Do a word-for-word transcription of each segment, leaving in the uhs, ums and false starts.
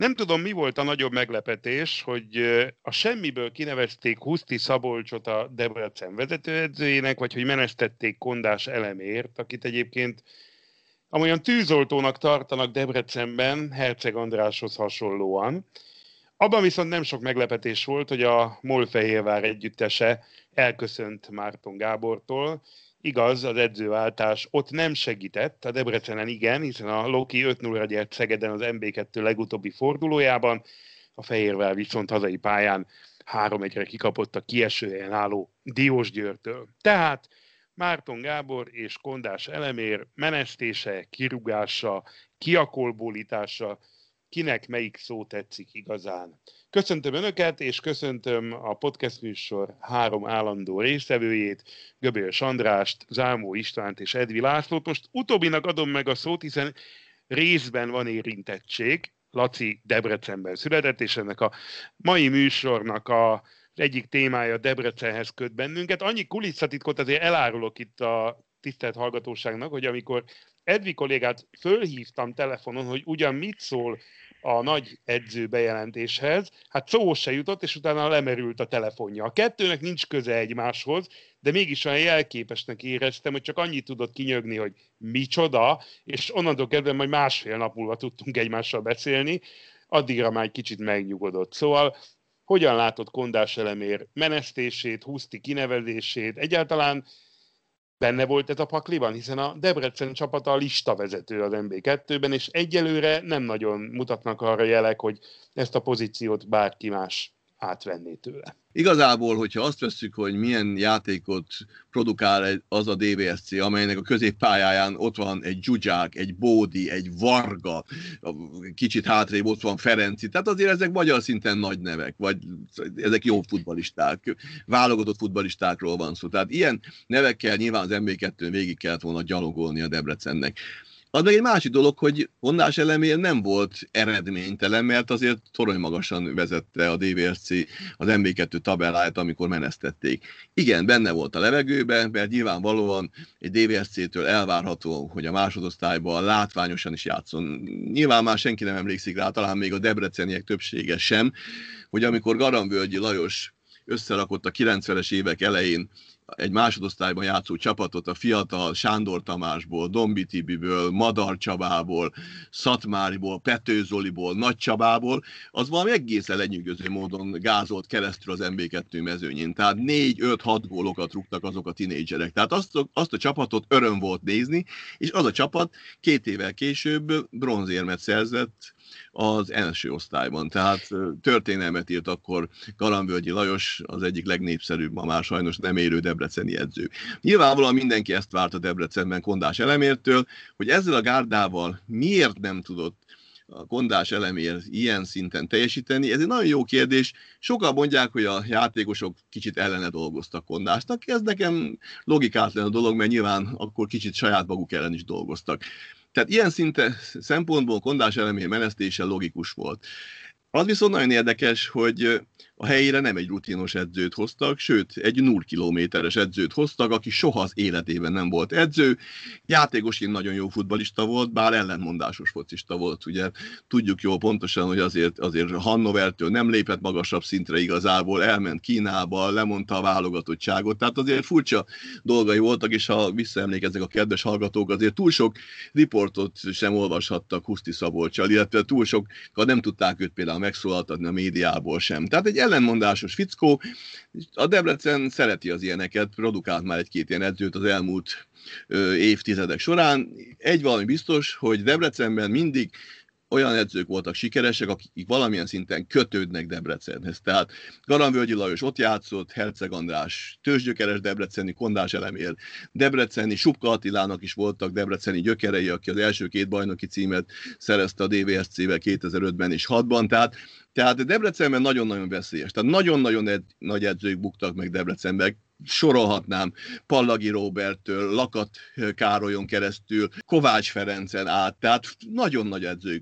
Nem tudom, mi volt a nagyobb meglepetés, hogy a semmiből kinevezték Huszti Szabolcsot a Debrecen vezetőedzőjének, vagy hogy menesztették Kondás Elemért, akit egyébként amolyan tűzoltónak tartanak Debrecenben, Herceg Andráshoz hasonlóan. Abban viszont nem sok meglepetés volt, hogy a Molfehérvár együttese elköszönt Márton Gábortól. Igaz, az edzőváltás ott nem segített, a Debrecenen igen, hiszen a Loki öt nullra gyert Szegeden az em bé kettő legutóbbi fordulójában, a Fehérvár viszont hazai pályán három egyre kikapott a kieső helyen álló Diósgyőrtől. Tehát Márton Gábor és Kondás Elemér menesztése, kirúgása, kiakolbólítása, kinek melyik szó tetszik igazán. Köszöntöm Önöket, és köszöntöm a podcast műsor három állandó résztvevőjét, Göbölyös Andrást, Zámó Istvánt és Edvi Lászlót. Most utóbbinak adom meg a szót, hiszen részben van érintettség. Laci Debrecenben született, és ennek a mai műsornak a egyik témája Debrecenhez köt bennünket. Annyi kulisszatitkot azért elárulok itt a tisztelt hallgatóságnak, hogy amikor Edvi kollégát fölhívtam telefonon, hogy ugyan mit szól a nagy edző bejelentéshez, hát szóhoz se jutott, és utána lemerült a telefonja. A kettőnek nincs köze egymáshoz, de mégis olyan jelképesnek éreztem, hogy csak annyit tudott kinyögni, hogy micsoda, és onnantól kezdve majd másfél nap múlva tudtunk egymással beszélni, addigra már egy kicsit megnyugodott. Szóval hogyan látod Kondás Elemér menesztését, Huszti kinevezését, egyáltalán benne volt ez a pakliban, hiszen a Debrecen csapata a listavezető az em bé kettőben, és egyelőre nem nagyon mutatnak arra jelek, hogy ezt a pozíciót bárki más átvenné tőle. Igazából, hogyha azt vesszük, hogy milyen játékot produkál az a dé vé es cé, amelynek a középpályáján ott van egy Zsuzsák, egy Bódi, egy Varga, kicsit hátrébb ott van Ferenci, tehát azért ezek magyar szinten nagy nevek, vagy ezek jó futballisták, válogatott futballistákról van szó. Tehát ilyen nevekkel nyilván az em bé kettőn végig kellett volna gyalogolni a Debrecennek. Az meg egy másik dolog, hogy Kondás Elemér nem volt eredménytelen, mert azért torony magasan vezette a dé vé es cé az em bé kettő tabelláját, amikor menesztették. Igen, benne volt a levegőben, mert nyilvánvalóan egy dé vé es cé-től elvárható, hogy a másodosztályban látványosan is játszon. Nyilván már senki nem emlékszik rá, talán még a debreceniek többsége sem, hogy amikor Garamvölgyi Lajos összerakott a kilencvenes évek elején egy másodosztályban játszó csapatot a fiatal Sándor Tamásból, Dombi Tibiből, Madar Csabából, Szatmáriból, Pető Zoliból, Nagy Csabából, az valami egészen lenyűgöző módon gázolt keresztül az em bé kettő mezőnyén. Tehát négy öt hat gólokat rúgtak azok a tinédzserek. Tehát azt, azt a csapatot öröm volt nézni, és az a csapat két évvel később bronzérmet szerzett az első osztályban. Tehát történelmet írt akkor Garamvölgyi Lajos, az egyik legnépszerűbb, ma már sajnos nem élő debreceni edző. Nyilvánvalóan mindenki ezt várt a Debrecenben Kondás Elemértől, hogy ezzel a gárdával miért nem tudott a Kondás Elemér ilyen szinten teljesíteni. Ez egy nagyon jó kérdés. Sokan mondják, hogy a játékosok kicsit ellene dolgoztak Kondásnak. Ez nekem logikátlan a dolog, mert nyilván akkor kicsit saját maguk ellen is dolgoztak. Tehát ilyen szinte szempontból Kondás Elemér menesztése logikus volt. Az viszont nagyon érdekes, hogy a helyére nem egy rutinos edzőt hoztak, sőt, egy nulla kilométeres edzőt hoztak, aki soha az életében nem volt edző. Játékosként nagyon jó futballista volt, bár ellentmondásos focista volt. Ugye tudjuk jól pontosan, hogy azért, azért Hannovertől nem lépett magasabb szintre igazából, elment Kínába, lemondta a válogatottságot, tehát azért furcsa dolgai voltak, és ha visszaemlékeznek a kedves hallgatók, azért túl sok riportot sem olvashattak Huszti Szabolccsal, illetve túl sokan nem tudták őt például megszólaltatni a médiából sem. Tehát egy ellenmondásos fickó, a Debrecen szereti az ilyeneket, produkált már egy-két ilyen edzőt az elmúlt ö, évtizedek során. Egy valami biztos, hogy Debrecenben mindig olyan edzők voltak sikeresek, akik valamilyen szinten kötődnek Debrecenhez. Tehát Garamvölgyi Lajos ott játszott, Herceg András tőzsgyökeres debreceni, Kondás Elemér debreceni, Supka Attilának is voltak debreceni gyökerei, aki az első két bajnoki címet szerezte a dé vé es cé-vel kétezer-ötben és hatban. Tehát Tehát Debrecenben nagyon-nagyon veszélyes. Tehát nagyon-nagyon ed- nagy edzők buktak meg Debrecenben. Sorolhatnám Pallagi Róberttől, Lakat Károlyon keresztül, Kovács Ferencen át. Tehát nagyon nagy edzők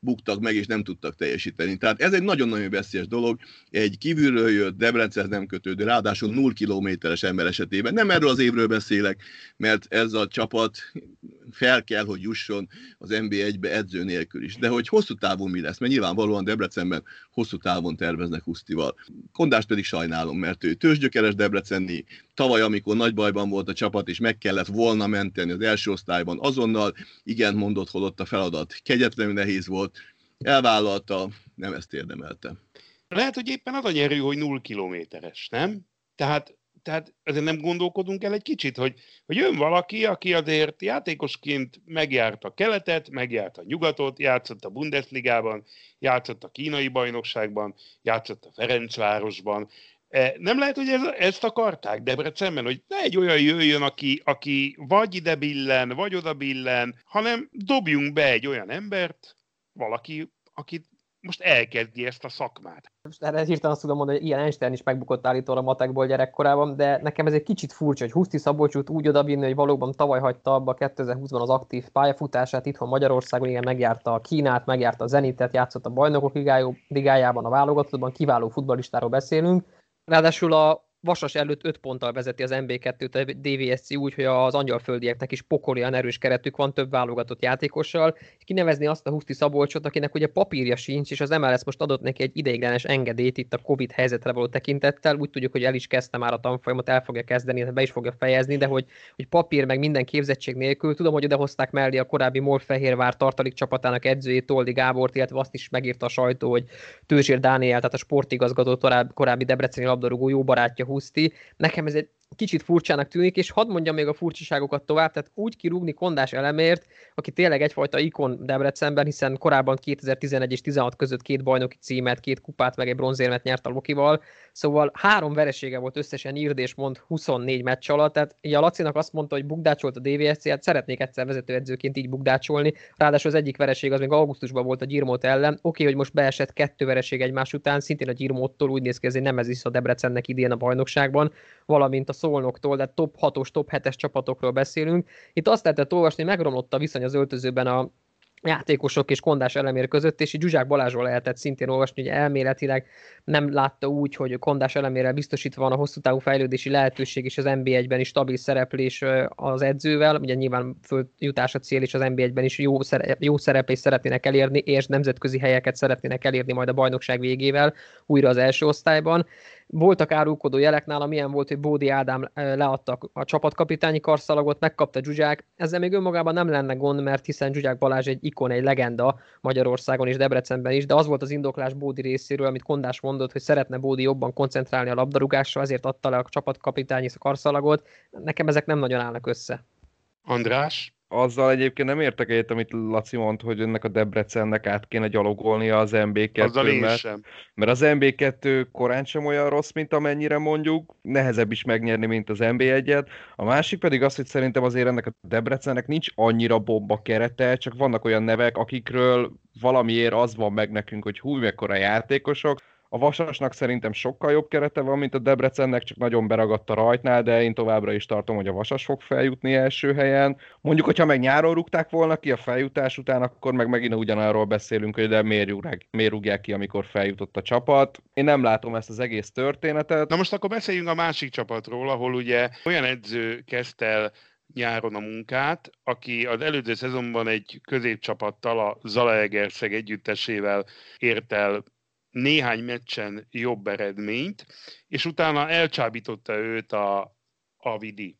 buktak meg, és nem tudtak teljesíteni. Tehát ez egy nagyon-nagyon veszélyes dolog. Egy kívülről jött, Debrecenhez nem kötődő, ráadásul nulla kilométeres ember esetében. Nem erről az évről beszélek, mert ez a csapat fel kell, hogy jusson az en bé egybe edző nélkül is. De hogy hosszú távon mi lesz, mert nyilvánvalóan Debrecenben hosszú távon terveznek Husztival. Kondást pedig sajnálom, mert ő tőzsgyökeres debreceni, tavaly, amikor nagy bajban volt a csapat, és meg kellett volna menteni az első osztályban, azonnal igen mondott, holott a feladat kegyetlenül nehéz volt, elvállalta, nem ezt érdemelte. Lehet, hogy éppen az a nyerő, hogy nulla kilométeres, nem? Tehát, tehát ezért nem gondolkodunk el egy kicsit, hogy, hogy jön valaki, aki azért játékosként megjárt a keletet, megjárt a nyugatot, játszott a Bundesligában, játszott a kínai bajnokságban, játszott a Ferencvárosban. Nem lehet, hogy ez, ezt akarták Debrecenben, hogy ne egy olyan jöjjön, aki, aki vagy ide billen, vagy oda billen, hanem dobjunk be egy olyan embert, valaki, akit most elkezdi ezt a szakmát. Most erre hirtelen azt tudom mondani, hogy ilyen Einstein is megbukott állítólag a matekból gyerekkorában, de nekem ez egy kicsit furcsa, hogy Huszti Szabolcsút úgy odavinni, hogy valóban tavaly hagyta abba kétezer-húszban az aktív pályafutását, itthon Magyarországon, igen, megjárta a Kínát, megjárta a Zenitet, játszott a Bajnokok ligájában, a válogatottban, kiváló futballistáról beszélünk. Ráadásul a Vasas előtt öt ponttal vezeti az en bé kettőt a dé vé es cé úgy, hogy az angyalföldieknek is pokolian erős keretük van több válogatott játékossal, és kinevezni azt a Huszti Szabolcsot, akinek ugye papírja sincs, és az em el es most adott neki egy ideiglenes engedélyt itt a Covid helyzetre való tekintettel, úgy tudjuk, hogy el is kezdte már a tanfolyamot, el fogja kezdeni, be is fogja fejezni, de hogy, hogy papír meg minden képzettség nélkül, tudom, hogy odahozták mellé a korábbi MOL-Fehérvár tartalék csapatának edzőjét, Toldi Gábort, illetve azt is megírta a sajtó, hogy Tőzsér Dániel, tehát a sportigazgató korábbi debreceni labdarúgó jó barátja Huszti. Nekem ez egy kicsit furcsának tűnik, és hadd mondjam még a furcsaságokat tovább, tehát úgy kirúgni Kondás Elemért, aki tényleg egyfajta ikon Debrecenben, hiszen korábban kétezer-tizenegy és tizenhat között két bajnoki címet, két kupát, meg egy bronzérmet nyert a Lokival, szóval három veresége volt összesen írd és mond huszonnégy meccs alatt, tehát így a Lacinak azt mondta, hogy bukdácsolt a dé vé es cé, hát szeretnék egyszer vezetőedzőként így bukdácsolni, ráadásul az egyik vereség az még augusztusban volt a Gyirmót ellen, oké, okay, hogy most beesett kettő vereség egymás után, szintén a Gyirmóttól úgy néz ki, hogy nem ez is a Debrecennek idén a bajnokságban, valamint a Szolnoktól, de top hatos, top hetes csapatokról beszélünk. Itt azt lehetett olvasni, hogy megromlott a viszony az öltözőben a játékosok és Kondás Elemér között, és így Zsuzsák Balázsról lehetett szintén olvasni, hogy elméletileg nem látta úgy, hogy Kondás Elemérrel biztosítva van a hosszú távú fejlődési lehetőség és az en bé egyben is stabil szereplés az edzővel, ugye nyilván följutás a cél, és az en bé egyben is jó, szerep, jó szereplést szeretnének elérni, és nemzetközi helyeket szeretnének elérni majd a bajnokság végével, újra az első osztályban. Voltak árulkodó jelek nála, milyen volt, hogy Bódi Ádám leadta a csapatkapitányi karszalagot, megkapta Zsuzsák. Ezzel még önmagában nem lenne gond, mert hiszen Zsuzsák Balázs egy ikon, egy legenda Magyarországon és Debrecenben is, de az volt az indoklás Bódi részéről, amit Kondás mondott, hogy szeretne Bódi jobban koncentrálni a labdarúgásra, ezért adta le a csapatkapitányi karszalagot. Nekem ezek nem nagyon állnak össze. András? Azzal egyébként nem értek egyet, amit Laci mond, hogy ennek a Debrecennek át kéne gyalogolnia az en bé kettőn, mert, mert az en bé kettő korán sem olyan rossz, mint amennyire mondjuk, nehezebb is megnyerni, mint az en bé egyet. A másik pedig az, hogy szerintem azért ennek a Debrecennek nincs annyira bomba kerete, csak vannak olyan nevek, akikről valamiért az van meg nekünk, hogy hú, mekkora játékosok. A Vasasnak szerintem sokkal jobb kerete van, mint a Debrecennek, csak nagyon beragadt a rajtnál, de én továbbra is tartom, hogy a Vasas fog feljutni első helyen. Mondjuk, hogyha meg nyáron rúgták volna ki a feljutás után, akkor meg megint ugyanarról beszélünk, hogy de miért rúgják, miért rúgják ki, amikor feljutott a csapat. Én nem látom ezt az egész történetet. Na most akkor beszéljünk a másik csapatról, ahol ugye olyan edző kezdte el nyáron a munkát, aki az előző szezonban egy középcsapattal, a Zalaegerszeg együttesével ért el néhány meccsen jobb eredményt, és utána elcsábította őt a, a Vidi.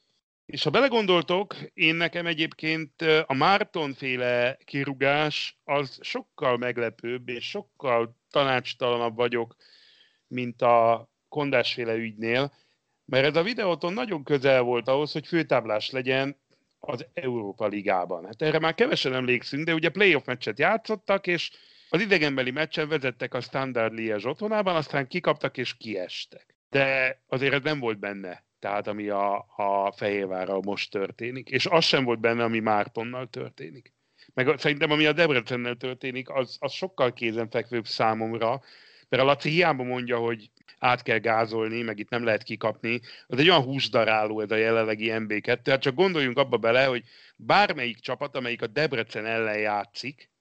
És ha belegondoltok, én nekem egyébként a Márton-féle kirúgás az sokkal meglepőbb, és sokkal tanácstalanabb vagyok, mint a Kondás-féle ügynél, mert ez a videóton nagyon közel volt ahhoz, hogy főtáblás legyen az Európa Ligában. Hát erre már kevesen emlékszünk, de ugye playoff meccset játszottak, és az idegenbeli meccsen vezettek a Standard Liège otthonában, aztán kikaptak és kiestek. De azért ez nem volt benne, tehát ami a, a Fehérvárral most történik. És az sem volt benne, ami Mártonnal történik. Meg szerintem, ami a Debrecennel történik, az, az sokkal kézenfekvőbb számomra, mert a Laci hiába mondja, hogy át kell gázolni, meg itt nem lehet kikapni. Az egy olyan húsdaráló ez a jelenlegi en bé kettő. Hát csak gondoljunk abba bele, hogy bármelyik csapat, amelyik a Debrecen ellen játszik,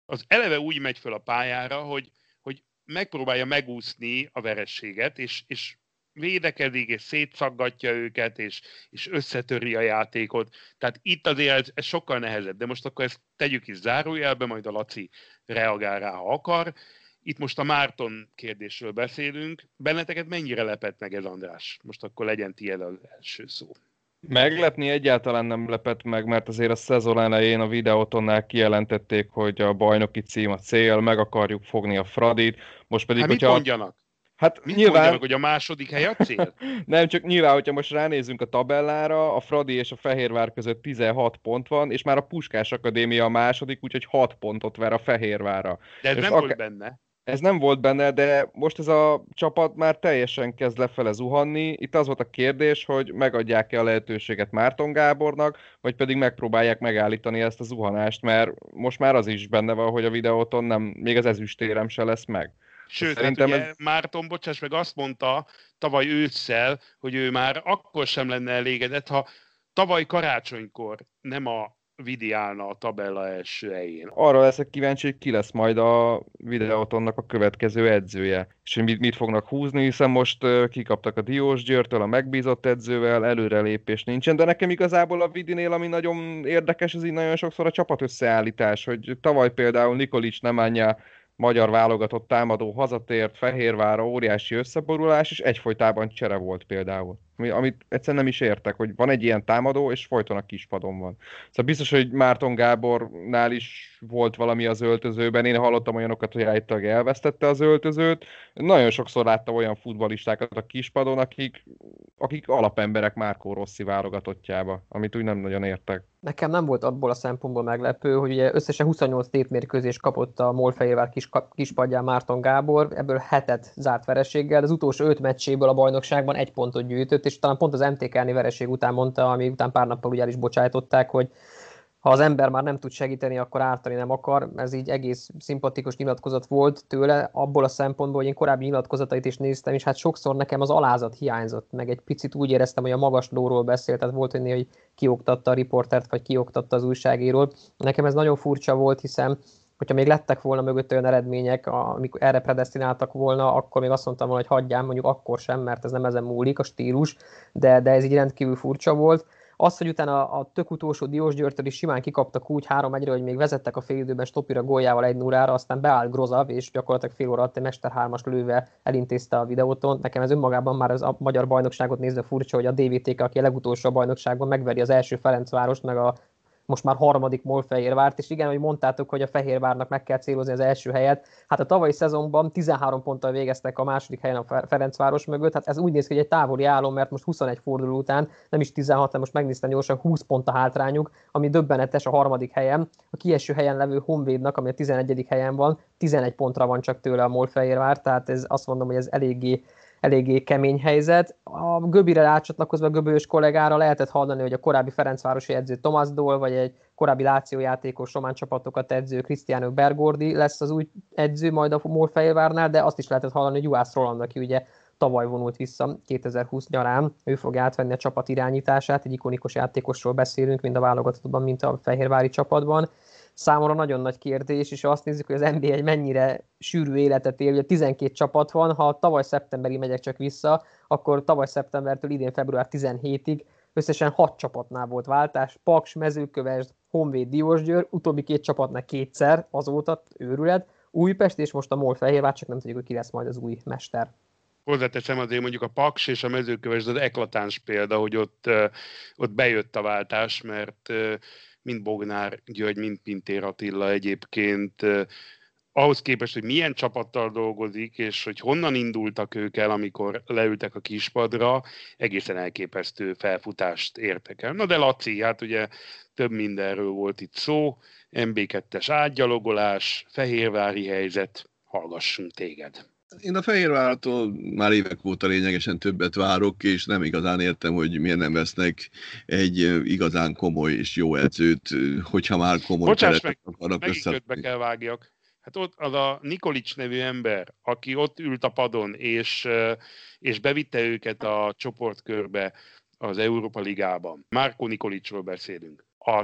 az eleve úgy megy föl a pályára, hogy, hogy megpróbálja megúszni a verességet, és, és védekezik, és szétszaggatja őket, és, és összetöri a játékot. Tehát itt azért ez, ez sokkal nehezebb, de most akkor ezt tegyük is zárójelbe, majd a Laci reagál rá, ha akar. Itt most a Márton kérdésről beszélünk. Benneteket mennyire lepett meg ez, András? Most akkor legyen tiéd az első szó. Meglepni egyáltalán nem lepett meg, mert azért a szezon elején a Videótonnál kijelentették, hogy a bajnoki cím a cél, meg akarjuk fogni a Fradit. Most pedig, hát mit hogyha... mondjanak? Hát mit nyilván... mondjanak, hogy a második hely a cél? Nem, csak nyilván, hogyha most ránézünk a tabellára, a Fradi és a Fehérvár között tizenhat pont van, és már a Puskás Akadémia a második, úgyhogy hat pontot ver a Fehérvárra. De ez és nem ak- volt benne. Ez nem volt benne, de most ez a csapat már teljesen kezd lefele zuhanni. Itt az volt a kérdés, hogy megadják-e a lehetőséget Márton Gábornak, vagy pedig megpróbálják megállítani ezt a zuhanást, mert most már az is benne van, hogy a Videóton nem, még az ezüstérem se lesz meg. Sőt, szerintem hát ugye ez... Márton, bocsáss meg, azt mondta tavaly ősszel, hogy ő már akkor sem lenne elégedett, ha tavaly karácsonykor nem a Vidi állna a tabella első helyén. Arra leszek kíváncsi, hogy ki lesz majd a Videótonnak a következő edzője, és hogy mit, mit fognak húzni, hiszen most uh, kikaptak a Diós Győrtől, a megbízott edzővel, előrelépés nincsen, de nekem igazából a Vidinél, ami nagyon érdekes, az így nagyon sokszor a csapat összeállítás, hogy tavaly például Nikolics Nemanja magyar válogatott támadó hazatért, Fehérvárra óriási összeborulás, és egyfolytában csere volt például. Amit egyszerűen nem is értek, hogy van egy ilyen támadó, és folyton a kispadon van. Szóval biztos, hogy Márton Gábornál is volt valami az öltözőben. Én hallottam olyanokat, hogy állítólag elvesztette az öltözőt. Nagyon sokszor láttam olyan futballistákat a kispadon, akik, akik alapemberek Márkó Rossi válogatottjába, amit úgy nem nagyon értek. Nekem nem volt abból a szempontból meglepő, hogy ugye összesen huszonnyolc tétmérkőzést kapott a Molfehérvár kis, kispadján Márton Gábor, ebből hetet zárt vereséggel, az utolsó öt meccséből a bajnokságban egy pontot gyűjtött, és talán pont az em té ká-ni vereség után mondta, ami után pár nappal ugye el is bocsájtották, hogy ha az ember már nem tud segíteni, akkor ártani nem akar. Ez így egész szimpatikus nyilatkozat volt tőle, abból a szempontból, hogy én korábbi nyilatkozatait is néztem, és hát sokszor nekem az alázat hiányzott, meg egy picit úgy éreztem, hogy a magaslóról beszélt, tehát volt, hogy kioktatta a riportert, vagy kioktatta az újságírót. Nekem ez nagyon furcsa volt, hiszen hogyha még lettek volna mögött olyan eredmények, amikor erre predesztináltak volna, akkor még azt mondtam volna, hogy hagyjám, mondjuk akkor sem, mert ez nem ezen múlik, a stílus, de, de ez így rendkívül furcsa volt. Az, hogy utána a tök utolsó Diós Győrtől is simán kikaptak úgy három egyre, hogy még vezettek a félidőben Stopira góljával egy nulla-ra, aztán beállt Grozav, és gyakorlatilag fél óra alatt egy mester hármas lőve elintézte a Videóton. Nekem ez önmagában már az a magyar bajnokságot nézve furcsa, hogy a dé vé té ká, aki a legutolsó a bajnokságban, megveri az első Ferencvárost, meg a most már harmadik Molfehérvárt, és igen, hogy mondtátok, hogy a Fehérvárnak meg kell célozni az első helyet. Hát a tavalyi szezonban tizenhárom ponttal végeztek a második helyen a Ferencváros mögött, hát ez úgy néz ki, hogy egy távoli álom, mert most huszonegy forduló után, nem is tizenhat, de most megnéztem gyorsan, húsz pont a hátrányuk, ami döbbenetes a harmadik helyen. A kieső helyen levő Honvédnak, ami a tizenegyedik helyen van, tizenegy pontra van csak tőle a Molfehérvár, tehát ez azt mondom, hogy ez eléggé eléggé kemény helyzet. A Göbire rácsatlakozva a Göbölyös kollégára lehetett hallani, hogy a korábbi Ferencvárosi edző Tomás Dól, vagy egy korábbi Láció játékos román csapatokat edző Cristiano Bergordi lesz az új edző majd a Molfehérvárnál, de azt is lehetett hallani, hogy Juhász Roland, aki ugye tavaly vonult vissza kétezer-húsz nyarán, ő fogja átvenni a csapat irányítását, egy ikonikus játékosról beszélünk, mind a válogatottban, mint a fehérvári csapatban. Számomra nagyon nagy kérdés, és azt nézzük, hogy az en bé egy mennyire sűrű életet él, ugye tizenkét csapat van, ha tavaly szeptemberig megyek csak vissza, akkor tavaly szeptembertől idén február tizenhétig összesen hat csapatnál volt váltás, Paks, Mezőkövesd, Honvéd, Diósgyőr, utóbbi két csapatnál kétszer, azóta őrület, Újpest, és most a Molfehérvár, csak nem tudjuk, hogy ki lesz majd az új mester. Hozzáteszem azért mondjuk a Paks és a Mezőkövesd az eklatáns példa, hogy ott, ott bejött a váltás, mert mind Bognár György, mind Pintér Attila egyébként ahhoz képest, hogy milyen csapattal dolgozik, és hogy honnan indultak ők el, amikor leültek a kispadra, egészen elképesztő felfutást értek el. Na de Laci, hát ugye több mindenről volt itt szó, em bé kettes átgyalogolás, fehérvári helyzet, hallgassunk téged. Én a Fehérvártól már évek óta lényegesen többet várok, és nem igazán értem, hogy miért nem vesznek egy igazán komoly és jó edzőt, hogyha már komoly Bocsáss meg, megint kötbe kell vágjak. Hát ott az a Nikolics nevű ember, aki ott ült a padon, és, és bevitte őket a csoportkörbe az Európa Ligában. Márkó Nikolicsról beszélünk. Azt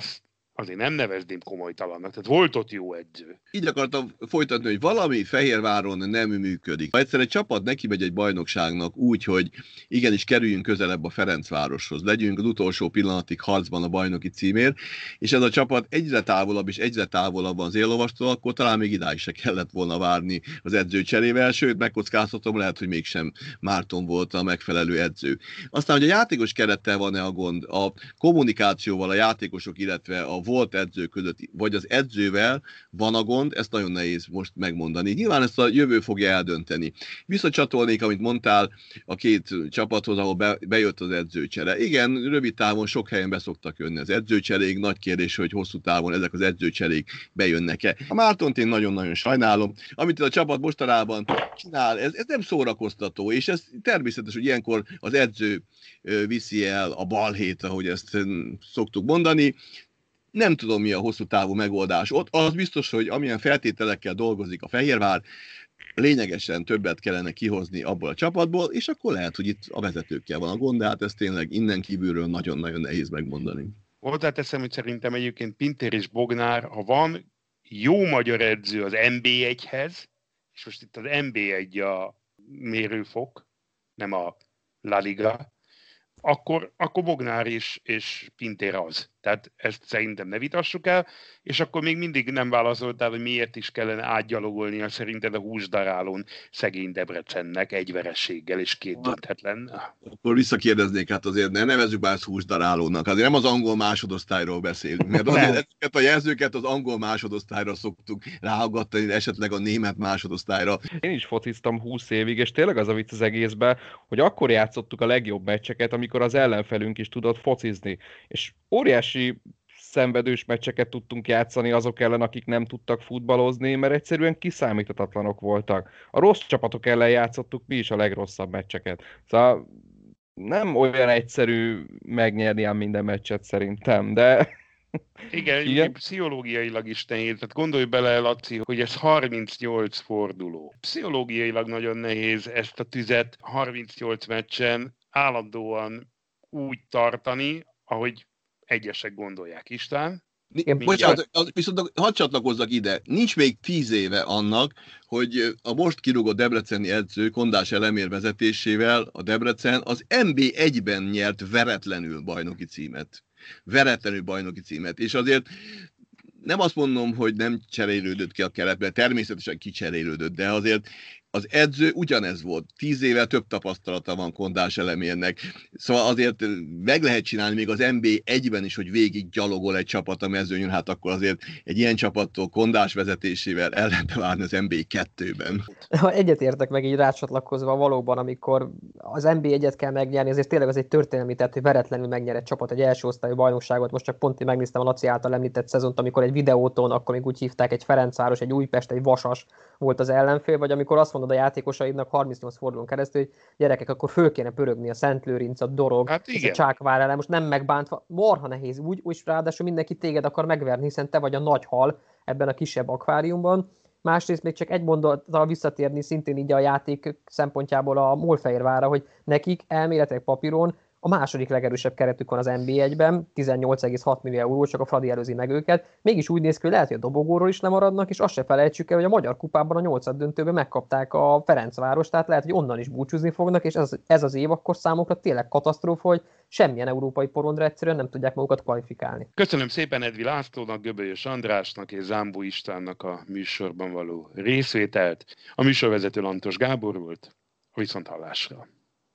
azért nem nevezném komolytalannak, tehát volt ott jó edző. Így akartam folytatni, hogy valami Fehérváron nem működik. Ha egyszer egy csapat neki megy egy bajnokságnak úgy, hogy igenis kerüljünk közelebb a Ferencvároshoz, legyünk az utolsó pillanatig harcban a bajnoki címért, és ez a csapat egyre távolabb és egyre távolabb van az éllovastól, akkor talán még idáig se kellett volna várni az edző cserével, sőt, megkockáztatom, lehet, hogy mégsem Márton volt a megfelelő edző. Aztán, hogy a játékos kerettel van-e a gond, a kommunikációval a játékosok, illetve a volt edző között, vagy az edzővel van a gond, ezt nagyon nehéz most megmondani. Nyilván ezt a jövő fogja eldönteni. Visszacsatolnék, amit mondtál, a két csapathoz, ahol be, bejött az edzőcsere. Igen, rövid távon sok helyen beszoktak jönni az edzőcserék, nagy kérdés, hogy hosszú távon ezek az edzőcserék bejönnek-e. A Mártont én nagyon-nagyon sajnálom. Amit a csapat mostanában csinál, ez, ez nem szórakoztató, és ez természetes, hogy ilyenkor az edző viszi el a balhét, ahogy ezt szoktuk mondani. Nem tudom, mi a hosszú távú megoldás ott. Az biztos, hogy amilyen feltételekkel dolgozik a Fehérvár, lényegesen többet kellene kihozni abból a csapatból, és akkor lehet, hogy itt a vezetőkkel van a gond, de hát ez tényleg innen kívülről nagyon-nagyon nehéz megmondani. Hozzáteszem, hogy szerintem egyébként Pintér és Bognár, ha van jó magyar edző az en bé egyhez, és most itt az en bé egy a mérőfok, nem a La Liga, akkor, akkor Bognár is, és Pintér az. Tehát ezt szerintem ne vitassuk el, és akkor még mindig nem válaszoltál, hogy miért is kellene átgyalogolnia szerinted a húsdarálón szegény Debrecennek egy vereséggel és két döntetlen. Akkor visszakérdeznék, hát azért ne nevezzük már ezt húsdarálónak, azért nem az angol másodosztályról beszélünk, mert azért ezeket a jelzőket az angol másodosztályra szoktuk ráhallgatni, esetleg a német másodosztályra. Én is fociztam húsz évig, és tényleg az a vicc az egészben, hogy akkor játszottuk a legjobb meccseket, amikor az ellenfelünk is tudott focizni, és óriási szenvedős meccseket tudtunk játszani azok ellen, akik nem tudtak futballozni, mert egyszerűen kiszámíthatatlanok voltak. A rossz csapatok ellen játszottuk mi is a legrosszabb meccseket. Szóval nem olyan egyszerű megnyerni ám minden meccset szerintem, de... Igen, igen, pszichológiailag is nehéz. Tehát gondolj bele, Laci, hogy ez harmincnyolc forduló. Pszichológiailag nagyon nehéz ezt a tüzet harmincnyolc meccsen állandóan úgy tartani, ahogy egyesek gondolják. István? Bocsánat, viszont hadd csatlakozzak ide. Nincs még tíz éve annak, hogy a most kirúgott debreceni edző Kondás Elemér vezetésével a Debrecen az en bé egyben nyert veretlenül bajnoki címet. Veretlenül bajnoki címet. És azért nem azt mondom, hogy nem cserélődött ki a keretbe, természetesen kicserélődött, de azért az edző ugyanez volt. Tíz éve több tapasztalata van Kondás Elemérnek. Szóval azért meg lehet csinálni még az en bé egyben is, hogy végig gyalogol egy csapat a mezőnyön, hát akkor azért egy ilyen csapattól Kondás vezetésével el lehet várni az en bé kettőben. Ha egyetértek meg így rácsatlakozva valóban, amikor az en bé egyet kell megnyerni, azért tényleg az egy történelmi tett, hogy veretlenül megnyer egy csapat egy első osztályú bajnokságot. Most csak pont én megnéztem a Laci által említett szezont, amikor egy videóton, akkor még úgy hívták, egy Ferencváros, egy Újpest, egy Vasas volt az ellenfél, vagy amikor azt mondod a játékosaidnak harmincnyolc fordulón keresztül, hogy gyerekek, akkor föl kéne pörögni a Szentlőrinc, a Dorog, hát ez a Csákvár ellen, most nem megbántva, marha nehéz úgy, és ráadásul mindenki téged akar megverni, hiszen te vagy a nagy hal ebben a kisebb akváriumban. Másrészt még csak egy mondattal visszatérni szintén így a játék szempontjából a Molfehérvárra, hogy nekik elméletek papíron a második legerősebb keretük van az en bé egyben, tizennyolc egész hat millió euró, csak a Fradi előzi meg őket. Mégis úgy néz ki, hogy lehet, hogy a dobogóról is lemaradnak, és azt se felejtsük el, hogy a Magyar Kupában a nyolcad döntőben megkapták a Ferencváros, tehát lehet, hogy onnan is búcsúzni fognak, és ez, ez az év akkor számukra tényleg katasztrófa, hogy semmilyen európai porondra egyszerűen nem tudják magukat kvalifikálni. Köszönöm szépen Edvi Lászlónak, Göbölyös Andrásnak és Zámbó Istvánnak a műsorban való részvételt. A műsorvezető Lantos Gábor volt, a viszonthallásra.